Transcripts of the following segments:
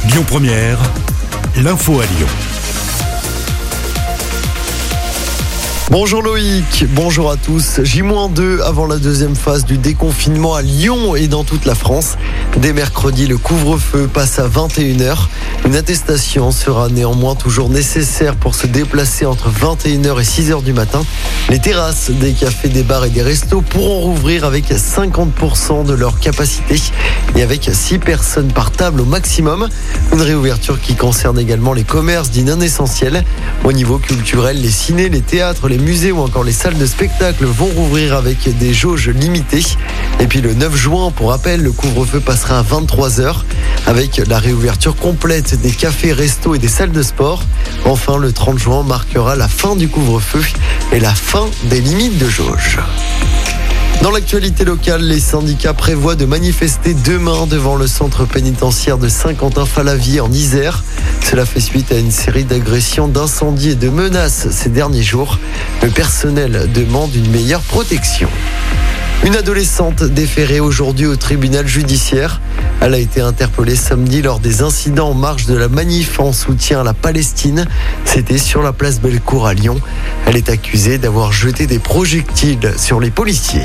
Lyon Première, l'info à Lyon. Bonjour Loïc, bonjour à tous. J-2 avant la deuxième phase du déconfinement à Lyon et dans toute la France. Dès mercredi, le couvre-feu passe à 21h. Une attestation sera néanmoins toujours nécessaire pour se déplacer entre 21h et 6h du matin. Les terrasses des cafés, des bars et des restos pourront rouvrir avec 50% de leur capacité et avec 6 personnes par table au maximum. Une réouverture qui concerne également les commerces dits non essentiels. Au niveau culturel, les cinés, les théâtres, les musées ou encore les salles de spectacle vont rouvrir avec des jauges limitées. Et puis le 9 juin, pour rappel, le couvre-feu passera à 23h avec la réouverture complète des cafés, restos et des salles de sport. Enfin, le 30 juin marquera la fin du couvre-feu et la fin des limites de jauge. Dans l'actualité locale, les syndicats prévoient de manifester demain devant le centre pénitentiaire de Saint-Quentin-Fallavier en Isère. Cela fait suite à une série d'agressions, d'incendies et de menaces ces derniers jours. Le personnel demande une meilleure protection. Une adolescente déférée aujourd'hui au tribunal judiciaire. Elle a été interpellée samedi lors des incidents en marge de la manif en soutien à la Palestine. C'était sur la place Bellecour à Lyon. Elle est accusée d'avoir jeté des projectiles sur les policiers.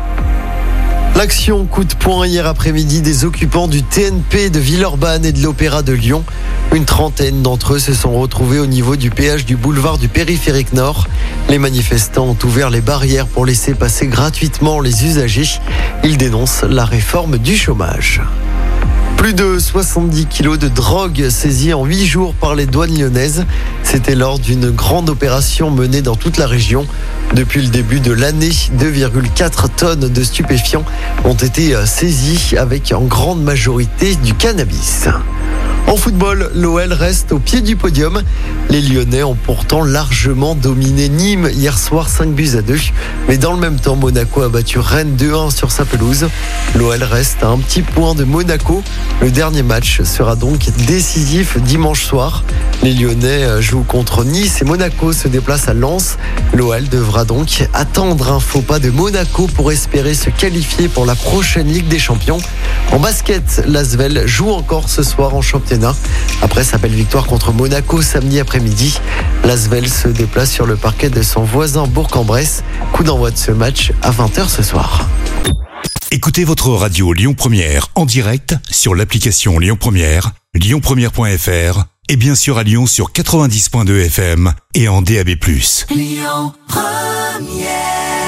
L'action coup de poing hier après-midi des occupants du TNP de Villeurbanne et de l'Opéra de Lyon. Une trentaine d'entre eux se sont retrouvés au niveau du péage du boulevard du Périphérique Nord. Les manifestants ont ouvert les barrières pour laisser passer gratuitement les usagers. Ils dénoncent la réforme du chômage. Plus de 70 kilos de drogue saisis en 8 jours par les douanes lyonnaises. C'était lors d'une grande opération menée dans toute la région. Depuis le début de l'année, 2,4 tonnes de stupéfiants ont été saisis avec en grande majorité du cannabis. En football, l'OL reste au pied du podium. Les Lyonnais ont pourtant largement dominé Nîmes hier soir 5-2. Mais dans le même temps, Monaco a battu Rennes 2-1 sur sa pelouse. L'OL reste à un petit point de Monaco. Le dernier match sera donc décisif dimanche soir. Les Lyonnais jouent contre Nice et Monaco se déplace à Lens. L'OL devra donc attendre un faux pas de Monaco pour espérer se qualifier pour la prochaine Ligue des Champions. En basket, l'Asvel joue encore ce soir en championnat. Après sa belle victoire contre Monaco samedi après-midi, l'Asvel se déplace sur le parquet de son voisin Bourg-en-Bresse. Coup d'envoi de ce match à 20h ce soir. Écoutez votre radio Lyon Première en direct sur l'application Lyon Première, lyonpremière.fr et bien sûr à Lyon sur 90.2 FM et en DAB+. Lyon Première.